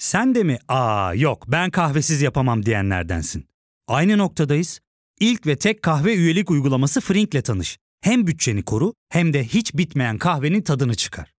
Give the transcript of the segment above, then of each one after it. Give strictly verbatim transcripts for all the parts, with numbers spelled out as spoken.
Sen de mi "Aa yok ben kahvesiz yapamam" diyenlerdensin? Aynı noktadayız. İlk ve tek kahve üyelik uygulaması Frink'le tanış. Hem bütçeni koru hem de hiç bitmeyen kahvenin tadını çıkar.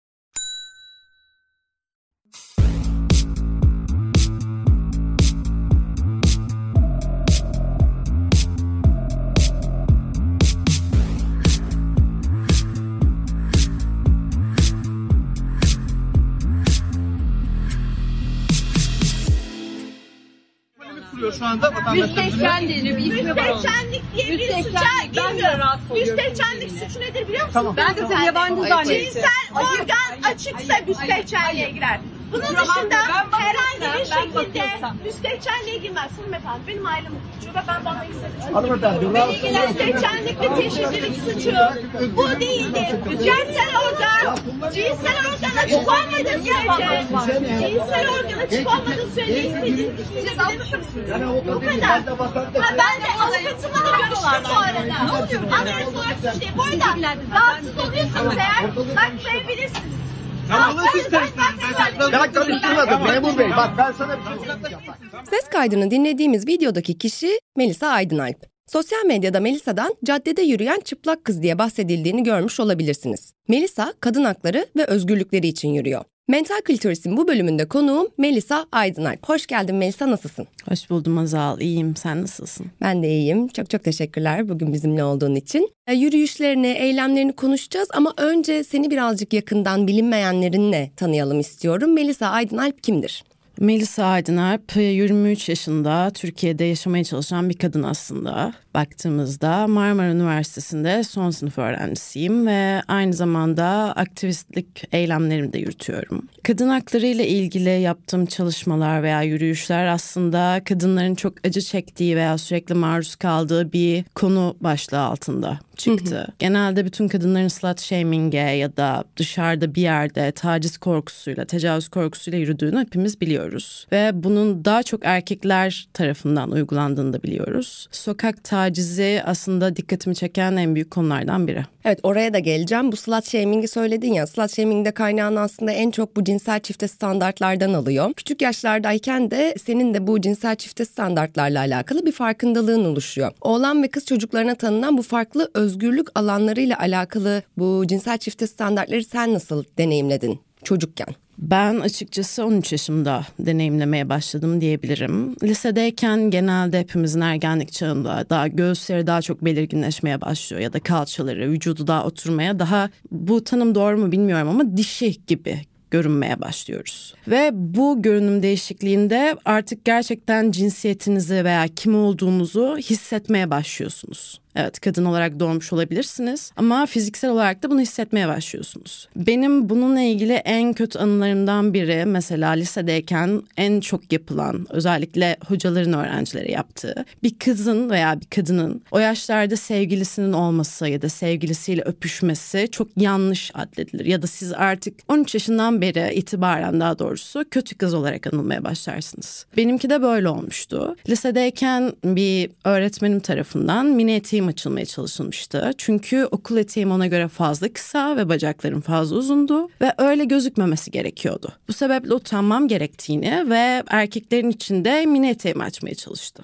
Şu anda müstehcen deniyor. Müstehcenlik diye bir suça girmiyor. Müstehcenlik suçu nedir biliyor musun? Tamam. Ben de seni yabancı zannettim. Cinsel organ açıksa müstehcenliğe girer. Bunun dışında herhangi bir şekilde müstehcenliğe girmez. Hanımefendi benim ailem suçu ve ben bana istediğim Hanımefendi, müstehcenlik ve teşhircilik suçu bu değildir. Cinsel organ, cinsel organ açık olmadığı sürece, cinsel organ açık olmadığı sürece istediğiniz hiçbir şey almışsınız. Bu kadar. Ha, ben de avukatımla da görüştüm bu arada. Ne oluyor? Anayasal suç diye. Bu arada rahatsız oluyorsanız eğer bakmayabilirsiniz. Tamam, nasıl isterseniz. Ben karıştırmadım memur bey. Bak ben sana bir şey söyleyeceğim. Ses kaydını dinlediğimiz videodaki kişi Melisa Aydınalp. Sosyal medyada Melisa'dan caddede yürüyen çıplak kız diye bahsedildiğini görmüş olabilirsiniz. Melisa, kadın hakları ve özgürlükleri için yürüyor. Mental Klitoris'in bu bölümünde konuğum Melisa Aydınalp. Hoş geldin Melisa, nasılsın? Hoş buldum Azal, iyiyim. Sen nasılsın? Ben de iyiyim. Çok çok teşekkürler bugün bizimle olduğun için. Yürüyüşlerini, eylemlerini konuşacağız ama önce seni birazcık yakından bilinmeyenlerinle tanıyalım istiyorum. Melisa Aydınalp kimdir? Melisa Aydınalp yirmi üç yaşında, Türkiye'de yaşamaya çalışan bir kadın aslında. Baktığımızda Marmara Üniversitesi'nde son sınıf öğrencisiyim ve aynı zamanda aktivistlik eylemlerimi de yürütüyorum. Kadın hakları ile ilgili yaptığım çalışmalar veya yürüyüşler aslında kadınların çok acı çektiği veya sürekli maruz kaldığı bir konu başlığı altında çıktı. Hı hı. Genelde bütün kadınların slut shaming'e ya da dışarıda bir yerde taciz korkusuyla, tecavüz korkusuyla yürüdüğünü hepimiz biliyoruz. Ve bunun daha çok erkekler tarafından uygulandığını da biliyoruz. Sokak tacizi aslında dikkatimi çeken en büyük konulardan biri. Evet, oraya da geleceğim. Bu slut shaming'i söyledin ya. Slut shaming'de kaynağını aslında en çok bu cinsel çifte standartlardan alıyor. Küçük yaşlardayken de senin de bu cinsel çifte standartlarla alakalı bir farkındalığın oluşuyor. Oğlan ve kız çocuklarına tanınan bu farklı özgürlük alanlarıyla alakalı bu cinsel çifte standartları sen nasıl deneyimledin çocukken? Ben açıkçası on üç yaşımda deneyimlemeye başladım diyebilirim. Lisedeyken genelde hepimizin ergenlik çağında daha göğüsleri daha çok belirginleşmeye başlıyor ya da kalçaları, vücudu daha oturmaya, daha, bu tanım doğru mu bilmiyorum ama dişi gibi görünmeye başlıyoruz. Ve bu görünüm değişikliğinde artık gerçekten cinsiyetinizi veya kim olduğunuzu hissetmeye başlıyorsunuz. Evet, kadın olarak doğmuş olabilirsiniz ama fiziksel olarak da bunu hissetmeye başlıyorsunuz. Benim bununla ilgili en kötü anılarımdan biri mesela lisedeyken en çok yapılan, özellikle hocaların öğrencilere yaptığı, bir kızın veya bir kadının o yaşlarda sevgilisinin olması ya da sevgilisiyle öpüşmesi çok yanlış addedilir. Ya da siz artık on üç yaşından beri itibaren daha doğrusu kötü kız olarak anılmaya başlarsınız. Benimki de böyle olmuştu. Lisedeyken bir öğretmenim tarafından mini eteğim açılmaya çalışılmıştı. Çünkü okul eteğim ona göre fazla kısa ve bacaklarım fazla uzundu ve öyle gözükmemesi gerekiyordu. Bu sebeple utanmam gerektiğini ve erkeklerin içinde mini eteğimi açmaya çalıştı.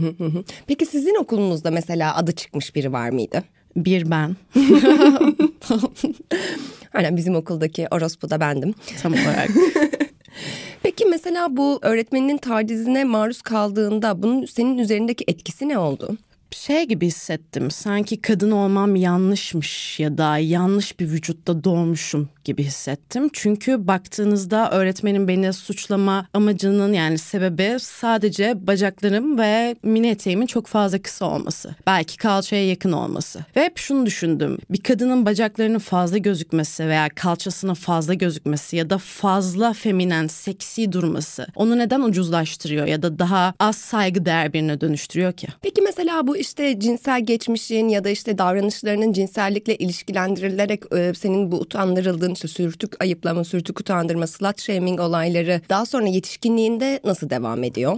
Peki sizin okulunuzda mesela adı çıkmış biri var mıydı? Bir ben. Aynen, bizim okuldaki orospu da bendim. Tam olarak. Peki mesela bu öğretmeninin tacizine maruz kaldığında bunun senin üzerindeki etkisi ne oldu? Şey gibi hissettim, sanki kadın olmam yanlışmış ya da yanlış bir vücutta doğmuşum gibi hissettim. Çünkü baktığınızda öğretmenin beni suçlama amacının, yani sebebi sadece bacaklarım ve mini eteğimin çok fazla kısa olması. Belki kalçaya yakın olması. Ve hep şunu düşündüm, bir kadının bacaklarının fazla gözükmesi veya kalçasının fazla gözükmesi ya da fazla feminen, seksi durması onu neden ucuzlaştırıyor ya da daha az saygıdeğer birine dönüştürüyor ki? Peki mesela bu işte cinsel geçmişin ya da işte davranışlarının cinsellikle ilişkilendirilerek e, senin bu utandırıldığın işte sürtük ayıplama, sürtük utandırma, slut shaming olayları daha sonra yetişkinliğinde nasıl devam ediyor?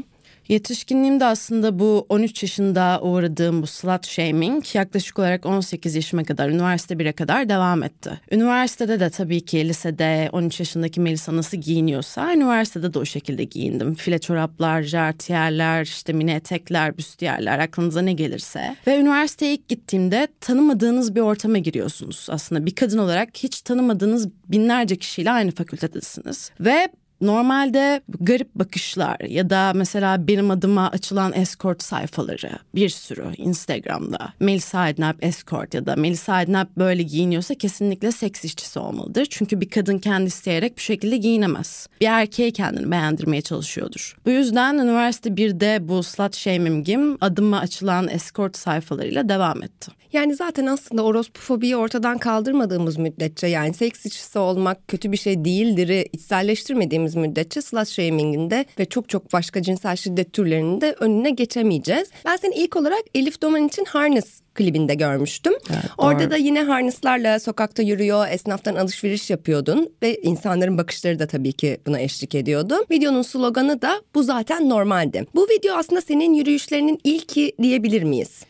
Yetişkinliğimde aslında bu on üç yaşında uğradığım bu slut shaming yaklaşık olarak on sekiz yaşıma kadar, üniversite bire kadar devam etti. Üniversitede de tabii ki lisede on üç yaşındaki Melisa nasıl giyiniyorsa üniversitede de o şekilde giyindim. File çoraplar, jartiyerler, işte mini etekler, büstiyerler, aklınıza ne gelirse. Ve üniversiteye ilk gittiğimde tanımadığınız bir ortama giriyorsunuz. Aslında bir kadın olarak hiç tanımadığınız binlerce kişiyle aynı fakültedesiniz. Ve normalde garip bakışlar ya da mesela benim adıma açılan escort sayfaları bir sürü Instagram'da. Melisa Aydınalp escort ya da Melisa Aydınalp böyle giyiniyorsa kesinlikle seks işçisi olmalıdır. Çünkü bir kadın kendi isteyerek bu şekilde giyinemez. Bir erkeğe kendini beğendirmeye çalışıyordur. Bu yüzden üniversite birde bu slut shaming'im adıma açılan escort sayfalarıyla devam etti. Yani zaten aslında orospufobiyi ortadan kaldırmadığımız müddetçe, yani seks işçisi olmak kötü bir şey değildir'i içselleştirmediğimiz müddetçe slut shaming'inde ve çok çok başka cinsel şiddet türlerinin de önüne geçemeyeceğiz. Ben seni ilk olarak Elif Doman için Harness klibinde görmüştüm. Evet, orada doğru. da yine harnesslarla sokakta yürüyor, esnaftan alışveriş yapıyordun ve insanların bakışları da tabii ki buna eşlik ediyordu. Videonun sloganı da bu zaten normaldi. Bu video aslında senin yürüyüşlerinin ilki diyebilir miyiz?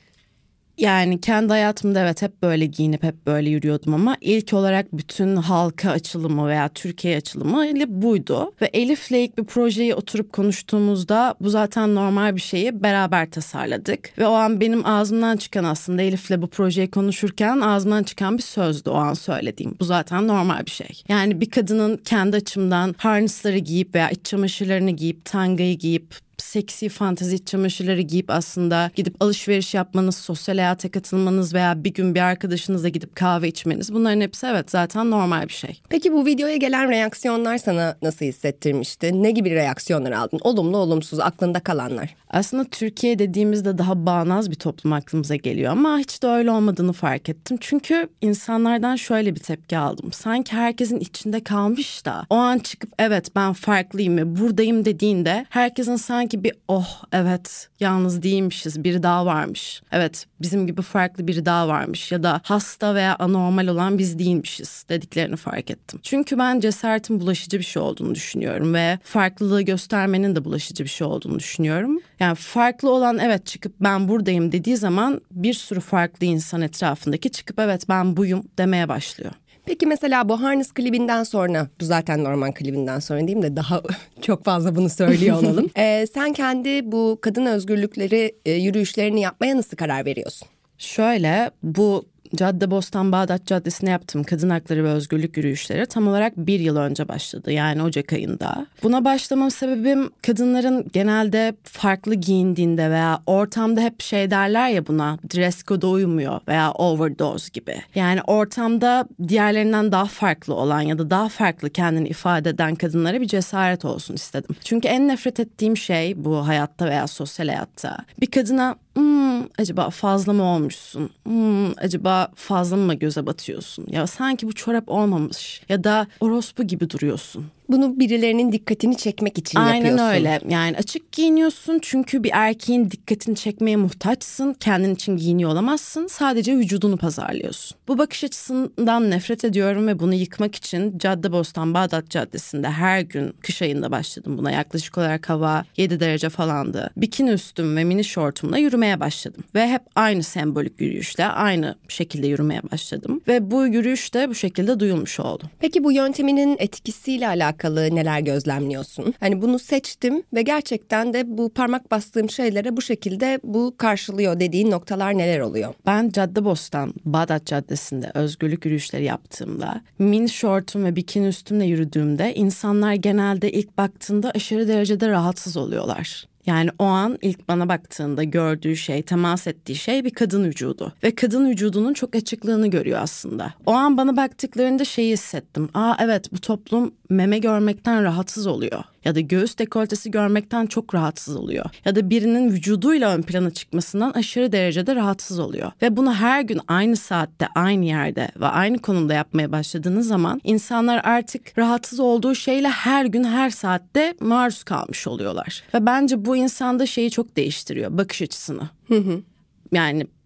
Yani kendi hayatımda evet hep böyle giyinip hep böyle yürüyordum ama ilk olarak bütün halka açılımı veya Türkiye açılımı ile buydu. Ve Elif'le ilk bir projeyi oturup konuştuğumuzda bu zaten normal bir şeyi beraber tasarladık. Ve o an benim ağzımdan çıkan, aslında Elif'le bu projeyi konuşurken ağzımdan çıkan bir sözdü o an söylediğim. Bu zaten normal bir şey. Yani bir kadının kendi açımdan harnessları giyip veya iç çamaşırlarını giyip, tangayı giyip, seksi fantezi iç çamaşırları giyip aslında gidip alışveriş yapmanız, sosyal hayata katılmanız veya bir gün bir arkadaşınızla gidip kahve içmeniz, bunların hepsi evet zaten normal bir şey. Peki bu videoya gelen reaksiyonlar sana nasıl hissettirmişti? Ne gibi reaksiyonlar aldın? Olumlu, olumsuz, aklında kalanlar? Aslında Türkiye dediğimizde daha bağnaz bir toplum aklımıza geliyor ama hiç de öyle olmadığını fark ettim. Çünkü insanlardan şöyle bir tepki aldım. Sanki herkesin içinde kalmış da o an çıkıp evet ben farklıyım ve buradayım dediğinde herkesin sanki bir oh evet yalnız değilmişiz, biri daha varmış. Evet bizim gibi farklı biri daha varmış ya da hasta veya anormal olan biz değilmişiz dediklerini fark ettim. Çünkü ben cesaretin bulaşıcı bir şey olduğunu düşünüyorum ve farklılığı göstermenin de bulaşıcı bir şey olduğunu düşünüyorum. Yani farklı olan evet çıkıp ben buradayım dediği zaman bir sürü farklı insan etrafındaki çıkıp evet ben buyum demeye başlıyor. Peki mesela bu Harness klibinden sonra, bu zaten normal klibinden sonra diyeyim de daha çok fazla bunu söylüyor olalım. ee, sen kendi bu kadın özgürlükleri e, yürüyüşlerini yapmaya nasıl karar veriyorsun? Şöyle, bu Caddebostan Bağdat Caddesi'ne yaptığım kadın hakları ve özgürlük yürüyüşleri tam olarak bir yıl önce başladı. Yani Ocak ayında. Buna başlamam sebebim kadınların genelde farklı giyindiğinde veya ortamda hep şey derler ya buna, dress code'a uymuyor veya overdose gibi. Yani ortamda diğerlerinden daha farklı olan ya da daha farklı kendini ifade eden kadınlara bir cesaret olsun istedim. Çünkü en nefret ettiğim şey bu hayatta veya sosyal hayatta bir kadına Hmm, acaba fazla mı olmuşsun? Hmm, acaba fazla mı göze batıyorsun? Ya sanki bu çorap olmamış ya da orospu gibi duruyorsun. Bunu birilerinin dikkatini çekmek için Aynen yapıyorsun. Aynen öyle. Yani açık giyiniyorsun çünkü bir erkeğin dikkatini çekmeye muhtaçsın. Kendin için giyiniyor olamazsın. Sadece vücudunu pazarlıyorsun. Bu bakış açısından nefret ediyorum ve bunu yıkmak için Caddebostan Bağdat Caddesi'nde her gün kış ayında başladım buna. Yaklaşık olarak hava yedi derece falandı. Bikini üstüm ve mini şortumla yürümeye başladım. Ve hep aynı sembolik yürüyüşle aynı şekilde yürümeye başladım. Ve bu yürüyüş de bu şekilde duyulmuş oldu. Peki bu yönteminin etkisiyle alakalı neler gözlemliyorsun? Hani bunu seçtim ve gerçekten de bu parmak bastığım şeylere bu şekilde bu karşılıyor dediğin noktalar neler oluyor? Ben Caddebostan Bağdat Caddesi'nde özgürlük yürüyüşleri yaptığımda, mini şortum ve bikini üstümle yürüdüğümde insanlar genelde ilk baktığında aşırı derecede rahatsız oluyorlar. Yani o an ilk bana baktığında gördüğü şey, temas ettiği şey bir kadın vücudu. Ve kadın vücudunun çok açıklığını görüyor aslında. O an bana baktıklarında şeyi hissettim. Aa evet, bu toplum meme görmekten rahatsız oluyor. Ya da göğüs dekoltesi görmekten çok rahatsız oluyor. Ya da birinin vücuduyla ön plana çıkmasından aşırı derecede rahatsız oluyor. Ve bunu her gün aynı saatte, aynı yerde ve aynı konumda yapmaya başladığınız zaman insanlar artık rahatsız olduğu şeyle her gün her saatte maruz kalmış oluyorlar. Ve bence bu insanda şeyi çok değiştiriyor, bakış açısını. Hı hı. Yani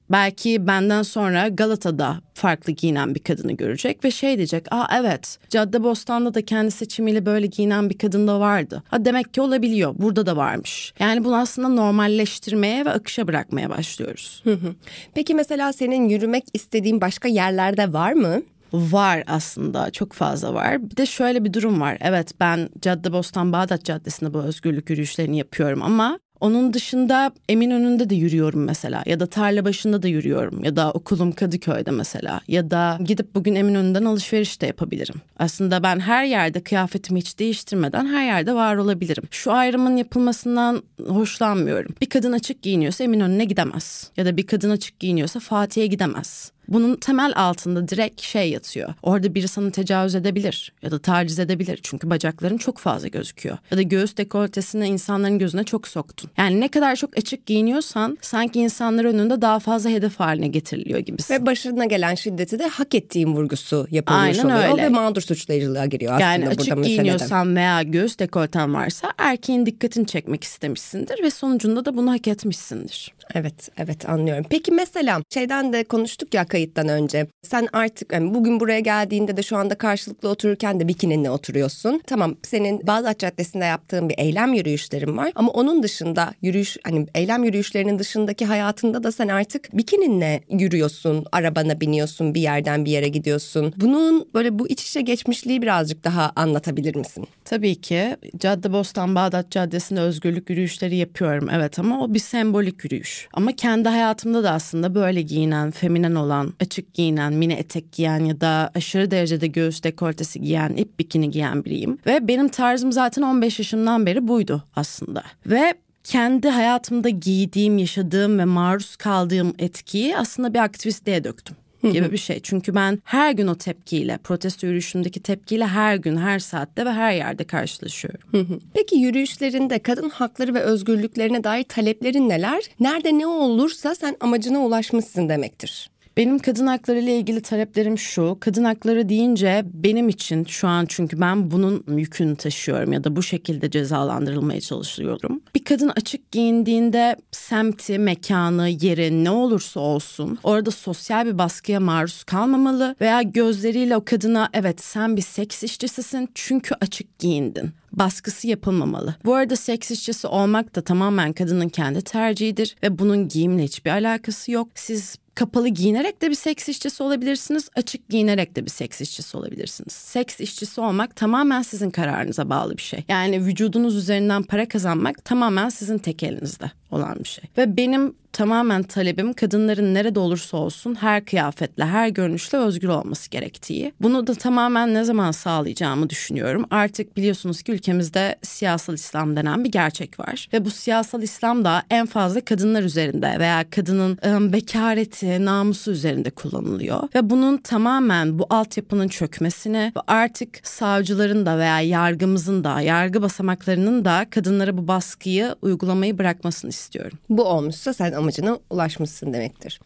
Belki benden sonra Galata'da farklı giyinen bir kadını görecek ve şey diyecek. Aa evet, Caddebostan'da da kendi seçimiyle böyle giyinen bir kadın da vardı. Ha, demek ki olabiliyor. Burada da varmış. Yani bunu aslında normalleştirmeye ve akışa bırakmaya başlıyoruz. Peki mesela senin yürümek istediğin başka yerlerde var mı? Var aslında, çok fazla var. Bir de şöyle bir durum var. Evet, ben Caddebostan Bağdat Caddesi'nde bu özgürlük yürüyüşlerini yapıyorum ama onun dışında Eminönü'nde de yürüyorum mesela, ya da Tarlabaşı'nda da yürüyorum, ya da okulum Kadıköy'de mesela, ya da gidip bugün Eminönü'nden alışveriş de yapabilirim. Aslında ben her yerde kıyafetimi hiç değiştirmeden her yerde var olabilirim. Şu ayrımın yapılmasından hoşlanmıyorum. Bir kadın açık giyiniyorsa Eminönü'ne gidemez, ya da bir kadın açık giyiniyorsa Fatih'e gidemez. Bunun temel altında direkt şey yatıyor. Orada biri sana tecavüz edebilir ya da taciz edebilir. Çünkü bacakların çok fazla gözüküyor. Ya da göğüs dekoltesini insanların gözüne çok soktun. Yani ne kadar çok açık giyiniyorsan sanki insanlar önünde daha fazla hedef haline getiriliyor gibisin. Ve başına gelen şiddeti de hak ettiğin vurgusu yapılmış Aynen oluyor öyle. ve mağdur suçlayıcılığa giriyor aslında yani burada açık meselede. giyiniyorsan veya göğüs dekolten varsa erkeğin dikkatini çekmek istemişsindir ve sonucunda da bunu hak etmişsindir. Evet, evet anlıyorum. Peki mesela şeyden de konuştuk ya kayıttan önce. Sen artık yani bugün buraya geldiğinde de şu anda karşılıklı otururken de bikininle oturuyorsun. Tamam, senin Bağdat Caddesi'nde yaptığın bir eylem yürüyüşlerin var ama onun dışında yürüyüş, hani eylem yürüyüşlerinin dışındaki hayatında da sen artık bikininle yürüyorsun, arabana biniyorsun, bir yerden bir yere gidiyorsun. Bunun böyle bu iç içe geçmişliği birazcık daha anlatabilir misin? Tabii ki Caddebostan Bağdat Caddesi'nde özgürlük yürüyüşleri yapıyorum, evet, ama o bir sembolik yürüyüş. Ama kendi hayatımda da aslında böyle giyinen, feminen olan, açık giyinen, mini etek giyen ya da aşırı derecede göğüs dekoltesi giyen, ip bikini giyen biriyim. Ve benim tarzım zaten on beş yaşımdan beri buydu aslında. Ve kendi hayatımda giydiğim, yaşadığım ve maruz kaldığım etkiyi aslında bir aktivistliğe döktüm gibi bir şey. Çünkü ben her gün o tepkiyle, protesto yürüyüşümdeki tepkiyle her gün, her saatte ve her yerde karşılaşıyorum. Peki yürüyüşlerinde kadın hakları ve özgürlüklerine dair taleplerin neler? Nerede ne olursa sen amacına ulaşmışsın demektir. Benim kadın hakları ile ilgili taleplerim şu. Kadın hakları deyince benim için şu an, çünkü ben bunun yükünü taşıyorum ya da bu şekilde cezalandırılmaya çalışıyorum. Bir kadın açık giyindiğinde semti, mekanı, yeri ne olursa olsun orada sosyal bir baskıya maruz kalmamalı veya gözleriyle o kadına evet sen bir seks işçisisin çünkü açık giyindin baskısı yapılmamalı. Bu arada seks işçisi olmak da tamamen kadının kendi tercihidir ve bunun giyimle hiçbir alakası yok. Siz kapalı giyinerek de bir seks işçisi olabilirsiniz, açık giyinerek de bir seks işçisi olabilirsiniz. Seks işçisi olmak tamamen sizin kararınıza bağlı bir şey. Yani vücudunuz üzerinden para kazanmak tamamen sizin tek elinizde olan bir şey. Ve benim tamamen talebim kadınların nerede olursa olsun her kıyafetle, her görünüşle özgür olması gerektiği. Bunu da tamamen ne zaman sağlayacağımı düşünüyorum. Artık biliyorsunuz ki ülkemizde siyasal İslam denen bir gerçek var. Ve bu siyasal İslam da en fazla kadınlar üzerinde veya kadının ıı, bekareti, namusu üzerinde kullanılıyor. Ve bunun tamamen bu altyapının çökmesini ve artık savcıların da veya yargımızın da, yargı basamaklarının da kadınlara bu baskıyı uygulamayı bırakmasını istiyorum. Bu olmuşsa sen amacına ulaşmışsın demektir.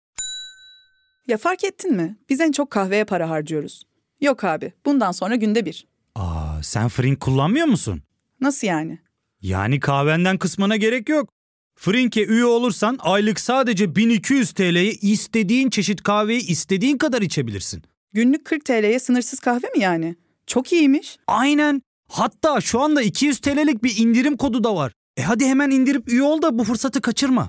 Ya fark ettin mi? Biz en çok kahveye para harcıyoruz. Yok abi, bundan sonra günde bir. Aa, sen Frink kullanmıyor musun? Nasıl yani? Yani kahvenden kısmına gerek yok. Frink'e üye olursan aylık sadece bin iki yüz T L'ye istediğin çeşit kahveyi istediğin kadar içebilirsin. Günlük kırk T L'ye sınırsız kahve mi yani? Çok iyiymiş. Aynen. Hatta şu anda iki yüz T L'lik bir indirim kodu da var. E hadi hemen indirip üye ol da bu fırsatı kaçırma.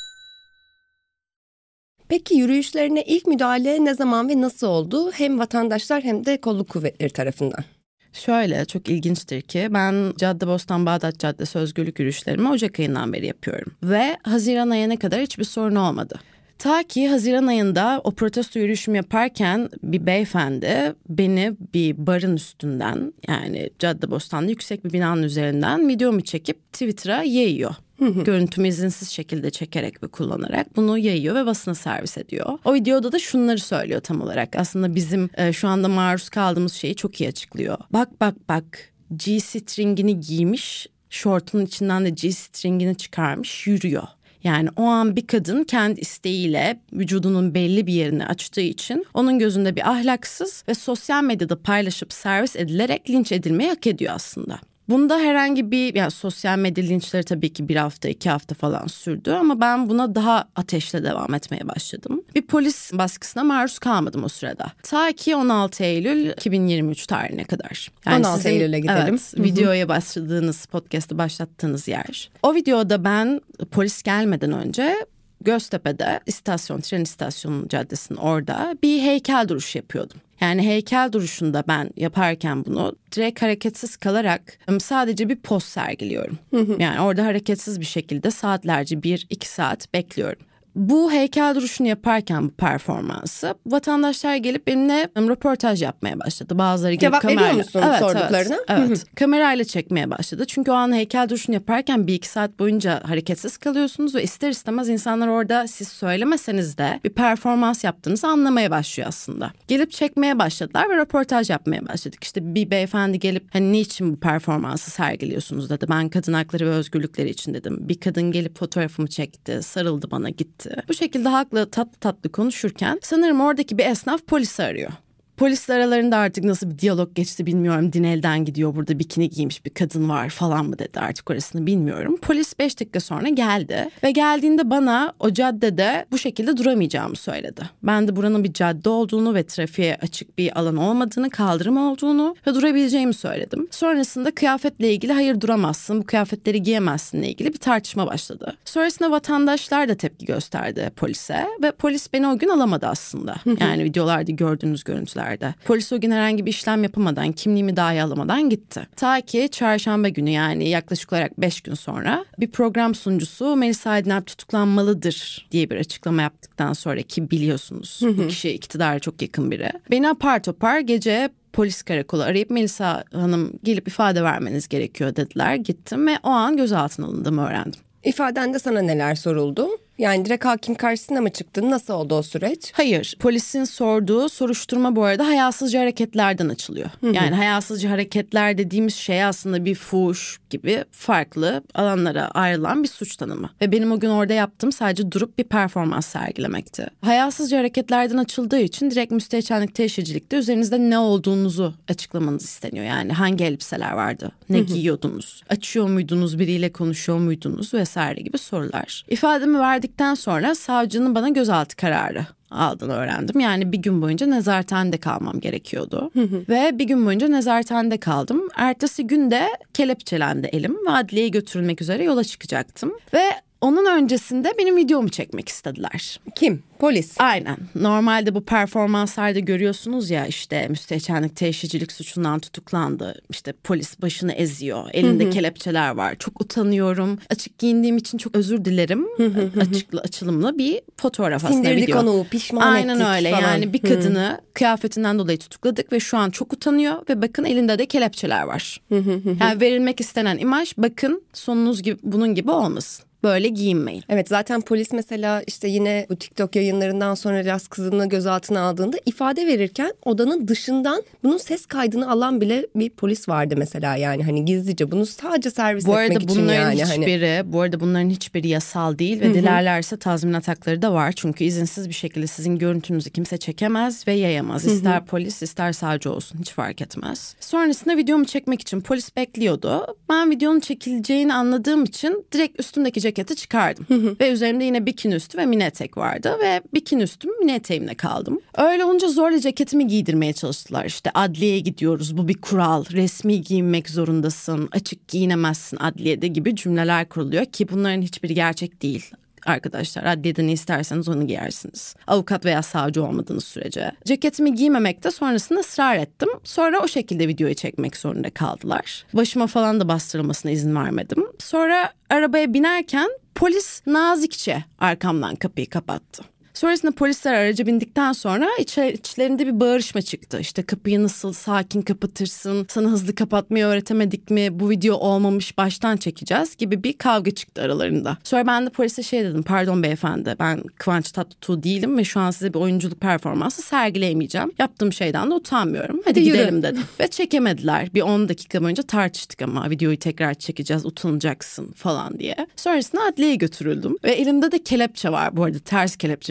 Peki yürüyüşlerine ilk müdahale ne zaman ve nasıl oldu? Hem vatandaşlar hem de kolluk kuvvetleri tarafından. Şöyle çok ilginçtir ki ben Caddebostan Bağdat Caddesi özgürlük yürüyüşlerimi Ocak ayından beri yapıyorum. Ve Haziran ayına kadar hiçbir sorun olmadı. Ta ki Haziran ayında o protesto yürüyüşümü yaparken bir beyefendi beni bir barın üstünden, yani Caddebostan'da yüksek bir binanın üzerinden videomu çekip Twitter'a yayıyor. Görüntümü izinsiz şekilde çekerek ve kullanarak bunu yayıyor ve basına servis ediyor. O videoda da şunları söylüyor tam olarak. Aslında bizim e, şu anda maruz kaldığımız şeyi çok iyi açıklıyor. Bak bak bak, G-stringini giymiş, şortunun içinden de G-stringini çıkarmış, yürüyor. Yani o an bir kadın kendi isteğiyle vücudunun belli bir yerini açtığı için onun gözünde bir ahlaksız ve sosyal medyada paylaşıp servis edilerek linç edilmeyi hak ediyor aslında. Bunda herhangi bir yani sosyal medya linçleri tabii ki bir hafta iki hafta falan sürdü ama ben buna daha ateşle devam etmeye başladım. Bir polis baskısına maruz kalmadım o sırada. Ta ki on altı Eylül iki bin yirmi üç tarihine kadar. Yani on altı sizin, Eylül'e gidelim. Evet, videoya başladığınız, podcast'ı başlattığınız yer. O videoda ben polis gelmeden önce Göztepe'de istasyon, tren istasyonu caddesinin orada bir heykel duruşu yapıyordum. Yani heykel duruşunda ben yaparken bunu direkt hareketsiz kalarak sadece bir poz sergiliyorum. Yani orada hareketsiz bir şekilde saatlerce bir iki saat bekliyorum. Bu heykel duruşunu yaparken bu performansı vatandaşlar gelip benimle röportaj yapmaya başladı. Bazıları gelip cevap kamerayla... veriyor musun evet, sorduklarına? Evet, evet. Kamerayla çekmeye başladı. Çünkü o an heykel duruşunu yaparken bir iki saat boyunca hareketsiz kalıyorsunuz ve ister istemez insanlar orada siz söylemeseniz de bir performans yaptığınızı anlamaya başlıyor aslında. Gelip çekmeye başladılar ve röportaj yapmaya başladık. İşte bir beyefendi gelip hani niçin bu performansı sergiliyorsunuz dedi. Ben kadın hakları ve özgürlükleri için dedim. Bir kadın gelip fotoğrafımı çekti, sarıldı bana, gitti. Bu şekilde halkla tatlı tatlı konuşurken sanırım oradaki bir esnaf polisi arıyor. Polisler aralarında artık nasıl bir diyalog geçti bilmiyorum. Din elden gidiyor, burada bikini giymiş bir kadın var falan mı dedi, artık orasını bilmiyorum. Polis beş dakika sonra geldi ve geldiğinde bana o caddede bu şekilde duramayacağımı söyledi. Ben de buranın bir cadde olduğunu ve trafiğe açık bir alan olmadığını, kaldırım olduğunu ve durabileceğimi söyledim. Sonrasında kıyafetle ilgili hayır duramazsın, bu kıyafetleri giyemezsinle ilgili bir tartışma başladı. Sonrasında vatandaşlar da tepki gösterdi polise ve polis beni o gün alamadı aslında. Yani videolarda gördüğünüz görüntüler. Polis o gün herhangi bir işlem yapamadan, kimliğimi dahi alamadan gitti. Ta ki çarşamba günü, yani yaklaşık olarak beş gün sonra bir program sunucusu Melisa Aydınalp tutuklanmalıdır diye bir açıklama yaptıktan sonra, ki biliyorsunuz bu kişi iktidara çok yakın biri. Beni apar topar gece polis karakolu arayıp Melisa Hanım gelip ifade vermeniz gerekiyor dediler. Gittim ve o an gözaltına alındığımı öğrendim. İfadende sana neler soruldu? Yani direkt hakim karşısına mı çıktın? Nasıl oldu o süreç? Hayır. Polisin sorduğu soruşturma bu arada hayasızca hareketlerden açılıyor. Hı hı. Yani hayasızca hareketler dediğimiz şey aslında bir fuhuş gibi farklı alanlara ayrılan bir suç tanımı. Ve benim o gün orada yaptığım sadece durup bir performans sergilemekti. Hayasızca hareketlerden açıldığı için direkt müstehcenlik, teşhircilikte üzerinizde ne olduğunuzu açıklamanız isteniyor. Yani hangi elbiseler vardı? Ne hı hı. giyiyordunuz? Açıyor muydunuz? Biriyle konuşuyor muydunuz? Vesaire gibi sorular. İfademi verdik sonra savcının bana gözaltı kararı aldığını öğrendim. Yani bir gün boyunca nezarethanede kalmam gerekiyordu. Hı hı. Ve bir gün boyunca nezarethanede kaldım. Ertesi günde kelepçelendi elim ve adliyeye götürülmek üzere yola çıkacaktım. Ve onun öncesinde benim videomu çekmek istediler. Kim? Polis. Aynen. Normalde bu performanslarda görüyorsunuz ya, işte müstehcenlik, teşhircilik suçundan tutuklandı. İşte polis başını eziyor. Elinde hı hı. kelepçeler var. Çok utanıyorum. Açık giyindiğim için çok özür dilerim. Hı hı hı. Açıklı, açılımlı bir fotoğraf aslında, video. Sindirdik onu, pişman Aynen ettik öyle. falan. Yani bir kadını hı. kıyafetinden dolayı tutukladık ve şu an çok utanıyor ve bakın elinde de kelepçeler var. Hı hı hı. Yani verilmek istenen imaj, bakın sonunuz gibi, bunun gibi olmasın. Böyle giyinmeyin. Evet, zaten polis mesela işte yine bu TikTok yayınlarından sonra Laz kızını gözaltına aldığında ifade verirken odanın dışından bunun ses kaydını alan bile bir polis vardı mesela, yani hani gizlice bunu sadece servis bu etmek için yani. Bu arada bunların hani. hiçbiri, bu arada bunların hiçbiri yasal değil ve Hı-hı. dilerlerse tazminat hakları da var. Çünkü izinsiz bir şekilde sizin görüntünüzü kimse çekemez ve yayamaz. Hı-hı. İster polis ister savcı olsun, hiç fark etmez. Sonrasında videomu çekmek için polis bekliyordu. Ben videonun çekileceğini anladığım için direkt üstümdeki ceketi çıkardım. Hı hı. Ve üzerimde yine bikini üstü ve mini etek vardı ve bikini üstüm mini eteğimle kaldım. Öyle olunca zorla ceketimi giydirmeye çalıştılar. İşte adliyeye gidiyoruz, bu bir kural, resmi giyinmek zorundasın, açık giyinemezsin adliyede gibi cümleler kuruluyor ki bunların hiçbiri gerçek değil. Arkadaşlar, adliyede ne isterseniz onu giyersiniz. Avukat veya savcı olmadığınız sürece. Ceketimi giymemekte sonrasında ısrar ettim. Sonra o şekilde videoyu çekmek zorunda kaldılar. Başıma falan da bastırılmasına izin vermedim. Sonra arabaya binerken polis nazikçe arkamdan kapıyı kapattı. Sonrasında polisler araca bindikten sonra içler, içlerinde bir bağırışma çıktı. İşte kapıyı nasıl sakin kapatırsın, sana hızlı kapatmayı öğretemedik mi, bu video olmamış, baştan çekeceğiz gibi bir kavga çıktı aralarında. Sonra ben de polise şey dedim, pardon beyefendi, ben Kıvanç Tatlıtuğ değilim ve şu an size bir oyunculuk performansı sergileyemeyeceğim. Yaptığım şeyden de utanmıyorum. Hadi, Hadi gidelim yürü. dedim. Ve çekemediler. Bir on dakika boyunca tartıştık ama videoyu tekrar çekeceğiz, utanacaksın falan diye. Sonrasında adliyeye götürüldüm ve elimde de kelepçe var, bu arada ters kelepçe, bir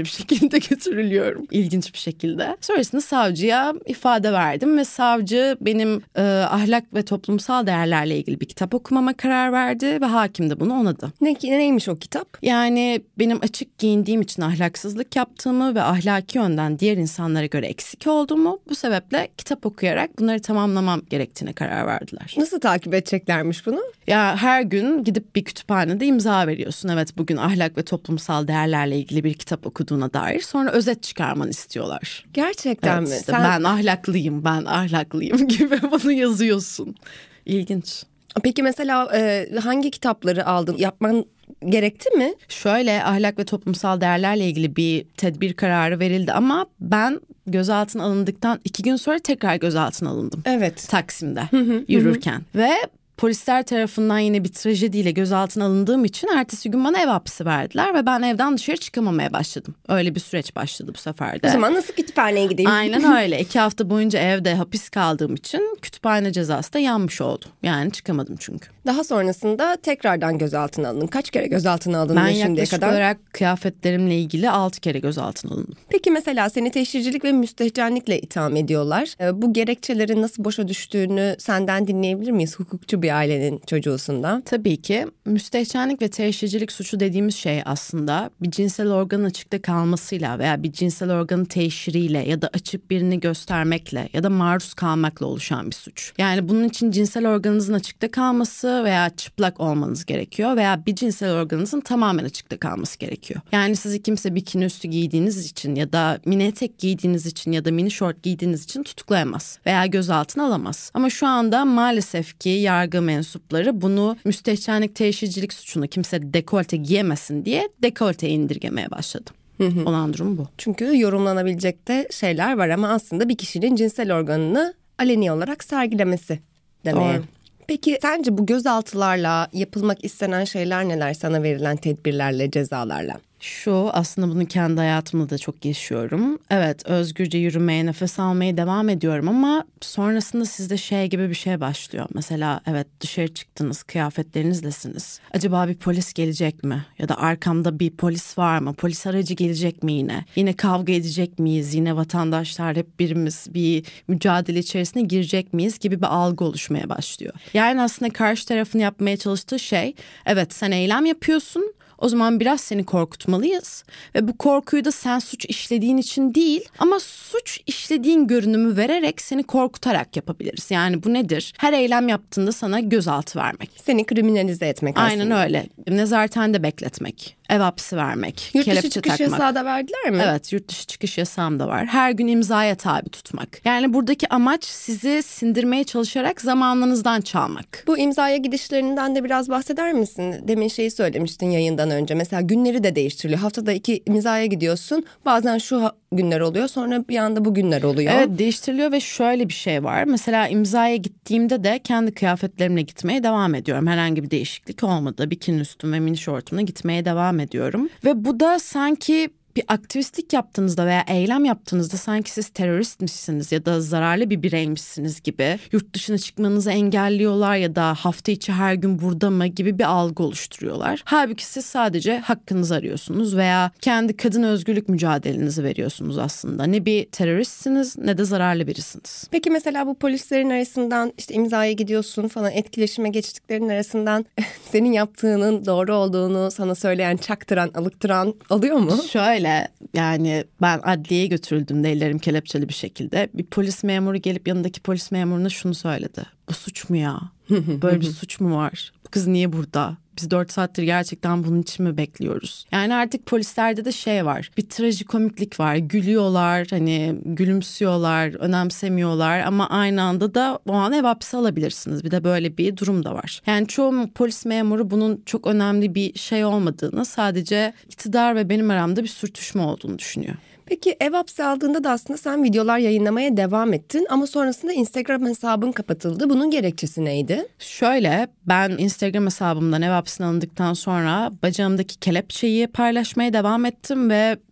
şekilde götürülüyorum. İlginç bir şekilde. Sonrasında savcıya ifade verdim ve savcı benim e, ahlak ve toplumsal değerlerle ilgili bir kitap okumama karar verdi ve hakim de bunu onadı. Ne, neymiş o kitap? Yani benim açık giyindiğim için ahlaksızlık yaptığımı ve ahlaki yönden diğer insanlara göre eksik olduğumu, bu sebeple kitap okuyarak bunları tamamlamam gerektiğine karar verdiler. Nasıl takip edeceklermiş bunu? Ya her gün gidip bir kütüphanede imza veriyorsun. Evet, bugün ahlak ve toplumsal değerlerle ilgili bir kitap okuduğuna dair. Sonra özet çıkarmanı istiyorlar. Gerçekten evet, mi? Işte Sen... Ben ahlaklıyım, ben ahlaklıyım gibi bunu yazıyorsun. İlginç. Peki mesela e, hangi kitapları aldın? Yapman gerekti mi? Şöyle, ahlak ve toplumsal değerlerle ilgili bir tedbir kararı verildi ama ben gözaltına alındıktan iki gün sonra tekrar gözaltına alındım. Evet. Taksim'de yürürken ve polisler tarafından yine bir trajediyle gözaltına alındığım için ertesi gün bana ev hapsi verdiler ve ben evden dışarı çıkamamaya başladım. Öyle bir süreç başladı bu sefer de. O zaman nasıl kütüphaneye gideyim? Aynen öyle. İki hafta boyunca evde hapis kaldığım için kütüphane cezası da yanmış oldu. Yani çıkamadım çünkü. Daha sonrasında tekrardan gözaltına alındın. Kaç kere gözaltına alındın ben şimdiye yaklaşık kadar? olarak kıyafetlerimle ilgili altı kere gözaltına alındım. Peki mesela seni teşhircilik ve müstehcenlikle itham ediyorlar. Bu gerekçelerin nasıl boşa düştüğünü senden dinleyebilir miyiz? Hukukçu bir ailenin çocuğusun da. Tabii ki. Müstehcenlik ve teşhircilik suçu dediğimiz şey aslında bir cinsel organın açıkta kalmasıyla veya bir cinsel organın teşhiriyle ya da açıp birini göstermekle ya da maruz kalmakla oluşan bir suç. Yani bunun için cinsel organınızın açıkta kalması veya çıplak olmanız gerekiyor veya bir cinsel organınızın tamamen açıkta kalması gerekiyor. Yani sizi kimse bikini üstü giydiğiniz için ya da mini etek giydiğiniz için ya da mini şort giydiğiniz için tutuklayamaz veya gözaltına alamaz. Ama şu anda maalesef ki yargı mensupları bunu müstehcenlik, teşhircilik suçunu kimse dekolte giyemesin diye dekolteye indirgemeye başladı. Hı hı. Olan durum bu. Çünkü yorumlanabilecek de şeyler var ama aslında bir kişinin cinsel organını aleni olarak sergilemesi demeye. Doğru. Peki sence bu gözaltılarla yapılmak istenen şeyler neler, sana verilen tedbirlerle, cezalarla? Şu, aslında bunu kendi hayatımda da çok yaşıyorum. Evet, özgürce yürümeye, nefes almaya devam ediyorum ama sonrasında sizde şey gibi bir şey başlıyor. Mesela evet, dışarı çıktınız, kıyafetlerinizlesiniz. Acaba bir polis gelecek mi? Ya da arkamda bir polis var mı? Polis aracı gelecek mi yine? Yine kavga edecek miyiz? Yine vatandaşlar hep birimiz bir mücadele içerisine girecek miyiz gibi bir algı oluşmaya başlıyor. Yani aslında karşı tarafın yapmaya çalıştığı şey, evet sen eylem yapıyorsun. O zaman biraz seni korkutmalıyız ve bu korkuyu da sen suç işlediğin için değil ama suç işlediğin görünümü vererek seni korkutarak yapabiliriz. Yani bu nedir? Her eylem yaptığında sana gözaltı vermek. Seni kriminalize etmek aslında. Aynen öyle. Nezarethanede bekletmek, ev hapsi vermek, yurt kelepçe dışı çıkış takmak. yasağı da verdiler mi? Evet, yurt dışı çıkış yasağım da var. Her gün imzaya tabi tutmak. Yani buradaki amaç sizi sindirmeye çalışarak zamanınızdan çalmak. Bu imzaya gidişlerinden de biraz bahseder misin? Demin şeyi söylemiştin yayından önce. Mesela günleri de değiştiriliyor. Haftada iki imzaya gidiyorsun. Bazen şu günler oluyor, sonra bir anda bu günler oluyor. Evet, değiştiriliyor ve şöyle bir şey var. Mesela imzaya gittiğimde de kendi kıyafetlerimle gitmeye devam ediyorum. Herhangi bir değişiklik olmadı. Bikini üstüm ve mini şortumla gitmeye devam ediyorum. Ve bu da sanki bir aktivistlik yaptığınızda veya eylem yaptığınızda sanki siz teröristmişsiniz ya da zararlı bir bireymişsiniz gibi, yurt dışına çıkmanızı engelliyorlar ya da hafta içi her gün burada mı gibi bir algı oluşturuyorlar. Halbuki siz sadece hakkınızı arıyorsunuz veya kendi kadın özgürlük mücadelenizi veriyorsunuz aslında. Ne bir teröristsiniz ne de zararlı birisiniz. Peki mesela bu polislerin arasından işte imzaya gidiyorsun falan, etkileşime geçtiklerinin arasından senin yaptığının doğru olduğunu sana söyleyen, çaktıran, alıktıran oluyor mu? Şöyle, yani ben adliyeye götürüldüğümde ellerim kelepçeli bir şekilde bir polis memuru gelip yanındaki polis memuruna şunu söyledi. Bu suç mu ya? Böyle bir suç mu var? Bu kız niye burada? Biz dört saattir gerçekten bunun için mi bekliyoruz? Yani artık polislerde de şey var. Bir trajikomiklik var. Gülüyorlar, hani gülümsüyorlar, önemsemiyorlar ama aynı anda da o an ev hapsi alabilirsiniz. Bir de böyle bir durum da var. Yani çoğu polis memuru bunun çok önemli bir şey olmadığını, sadece iktidar ve benim aramda bir sürtüşme olduğunu düşünüyor. Peki ev hapsi aldığında da aslında sen videolar yayınlamaya devam ettin ama sonrasında Instagram hesabın kapatıldı. Bunun gerekçesi neydi? Şöyle, ben Instagram hesabımdan ev hapsine alındıktan sonra bacağımdaki kelepçeyi paylaşmaya devam ettim ve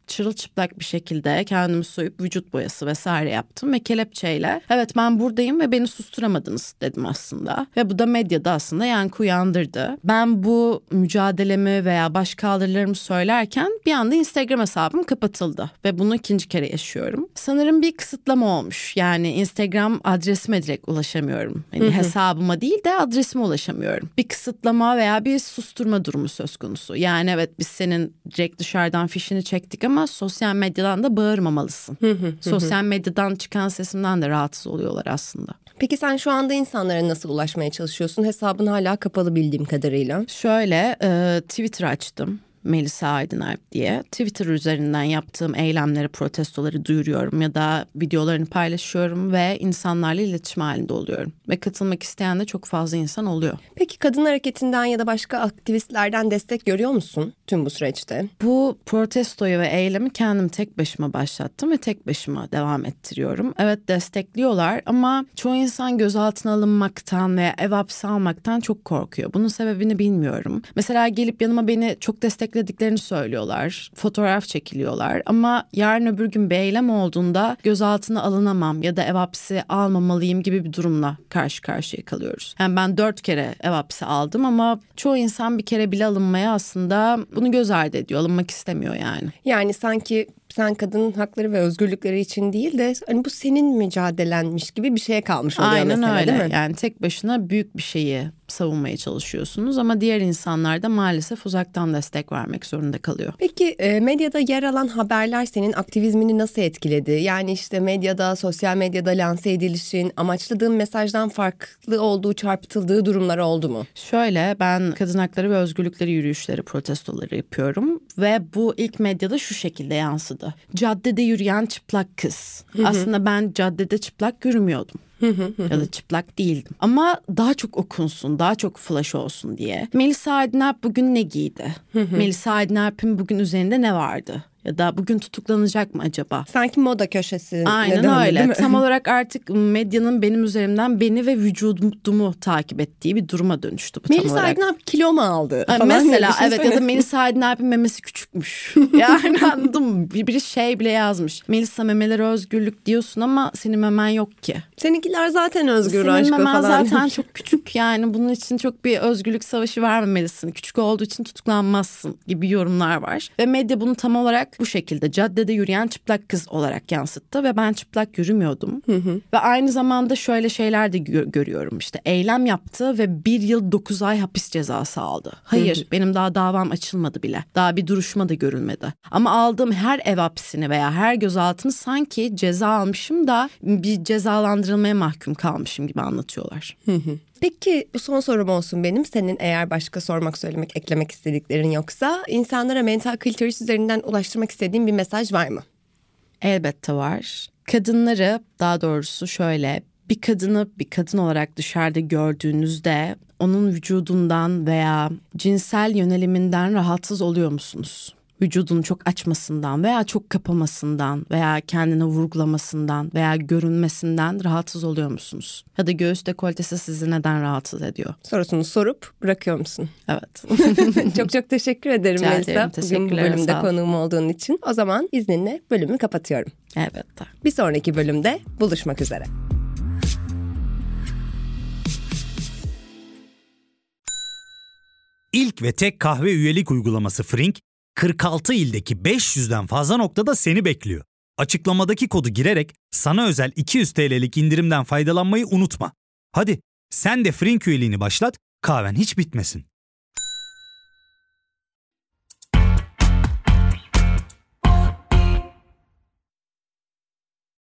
çırılçıplak bir şekilde kendimi soyup vücut boyası vesaire yaptım ve kelepçeyle evet ben buradayım ve beni susturamadınız dedim aslında. Ve bu da medyada aslında yankı uyandırdı. Ben bu mücadelemi veya baş kaldırılarımı söylerken bir anda Instagram hesabım kapatıldı ve bunu ikinci kere yaşıyorum. Sanırım bir kısıtlama olmuş. Yani Instagram adresime direkt ulaşamıyorum. Yani hesabıma değil de adresime ulaşamıyorum. Bir kısıtlama veya bir susturma durumu söz konusu. Yani evet biz senin direkt dışarıdan fişini çektik ama sosyal medyadan da bağırmamalısın. Sosyal medyadan çıkan sesimden de rahatsız oluyorlar aslında. Peki sen şu anda insanlara nasıl ulaşmaya çalışıyorsun? Hesabın hala kapalı bildiğim kadarıyla. Şöyle e, Twitter açtım. Melisa Aydınalp diye. Twitter üzerinden yaptığım eylemleri, protestoları duyuruyorum ya da videolarını paylaşıyorum ve insanlarla iletişim halinde oluyorum. Ve katılmak isteyen de çok fazla insan oluyor. Peki kadın hareketinden ya da başka aktivistlerden destek görüyor musun tüm bu süreçte? Bu protestoyu ve eylemi kendim tek başıma başlattım ve tek başıma devam ettiriyorum. Evet destekliyorlar ama çoğu insan gözaltına alınmaktan veya ev hapsi almaktan çok korkuyor. Bunun sebebini bilmiyorum. Mesela gelip yanıma beni çok desteklediklerini söylüyorlar. Fotoğraf çekiliyorlar ama yarın öbür gün bir eylem olduğunda gözaltına alınamam ya da ev hapsi almamalıyım gibi bir durumla karşı karşıya kalıyoruz. Yani ben dört kere ev hapsi aldım ama çoğu insan bir kere bile alınmaya aslında bunu göz ardı ediyor. Alınmak istemiyor yani. Yani sanki sen kadın hakları ve özgürlükleri için değil de hani bu senin mücadelenmiş gibi bir şeye kalmış oluyor Aynen mesela öyle. değil mi? Yani tek başına büyük bir şeyi savunmaya çalışıyorsunuz ama diğer insanlar da maalesef uzaktan destek vermek zorunda kalıyor. Peki e, medyada yer alan haberler senin aktivizmini nasıl etkiledi? Yani işte medyada, sosyal medyada lanse edilişin, amaçladığın mesajdan farklı olduğu, çarpıtıldığı durumlar oldu mu? Şöyle ben kadın hakları ve özgürlükleri yürüyüşleri, protestoları yapıyorum ve bu ilk medyada şu şekilde yansıdı. Caddede yürüyen çıplak kız. Aslında ben caddede çıplak yürümüyordum. ya da çıplak değildim. Ama daha çok okunsun, daha çok flash olsun diye. Melisa Aydınalp bugün ne giydi? Melisa Aydınalp'in bugün üzerinde ne vardı? Ya da bugün tutuklanacak mı acaba? Sanki moda köşesi. Aynen öyle. Tam olarak artık medyanın benim üzerimden beni ve vücudumu takip ettiği bir duruma dönüştü bu Melisa tam olarak. Aydınalp kilo mu aldı? Ay, falan mesela diye evet ya da Melisa Aydınalp'in memesi küçükmüş. Yani anladın mı? Bir, biri şey bile yazmış. Melisa memeleri özgürlük diyorsun ama senin memen yok ki. Seninkiler zaten özgür Senin aşkı memen falan. zaten çok küçük yani bunun için çok bir özgürlük savaşı vermemelisin. Küçük olduğu için tutuklanmazsın gibi yorumlar var. Ve medya bunu tam olarak bu şekilde caddede yürüyen çıplak kız olarak yansıttı ve ben çıplak yürümüyordum. Hı hı. Ve aynı zamanda şöyle şeyler de gö- görüyorum işte eylem yaptı ve bir yıl dokuz ay hapis cezası aldı. Hayır hı hı. benim daha davam açılmadı bile. Daha bir duruşma da görülmedi. Ama aldığım her ev hapisini veya her gözaltını sanki ceza almışım da bir cezalandırılmaya mahkum kalmışım gibi anlatıyorlar. Hı hı. Peki bu son sorum olsun benim. Senin eğer başka sormak, söylemek, eklemek istediklerin yoksa insanlara mental klitoris üzerinden ulaştırmak istediğin bir mesaj var mı? Elbette var. Kadınları daha doğrusu şöyle bir kadını bir kadın olarak dışarıda gördüğünüzde onun vücudundan veya cinsel yöneliminden rahatsız oluyor musunuz? Vücudunu çok açmasından veya çok kapamasından veya kendine vurgulamasından veya görünmesinden rahatsız oluyor musunuz? Ya da göğüs dekoltesi sizi neden rahatsız ediyor? Sorusunu sorup bırakıyor musun? Evet. çok çok teşekkür ederim Rica Melisa. ederim, Bugün bu bölümde konuğum olduğun için. O zaman izninle bölümü kapatıyorum. Elbette. Bir sonraki bölümde buluşmak üzere. İlk ve tek kahve üyelik uygulaması Frink, kırk altı ildeki beş yüzden fazla noktada seni bekliyor. Açıklamadaki kodu girerek sana özel iki yüz TL'lik indirimden faydalanmayı unutma. Hadi sen de Frink üyeliğini başlat, kahven hiç bitmesin.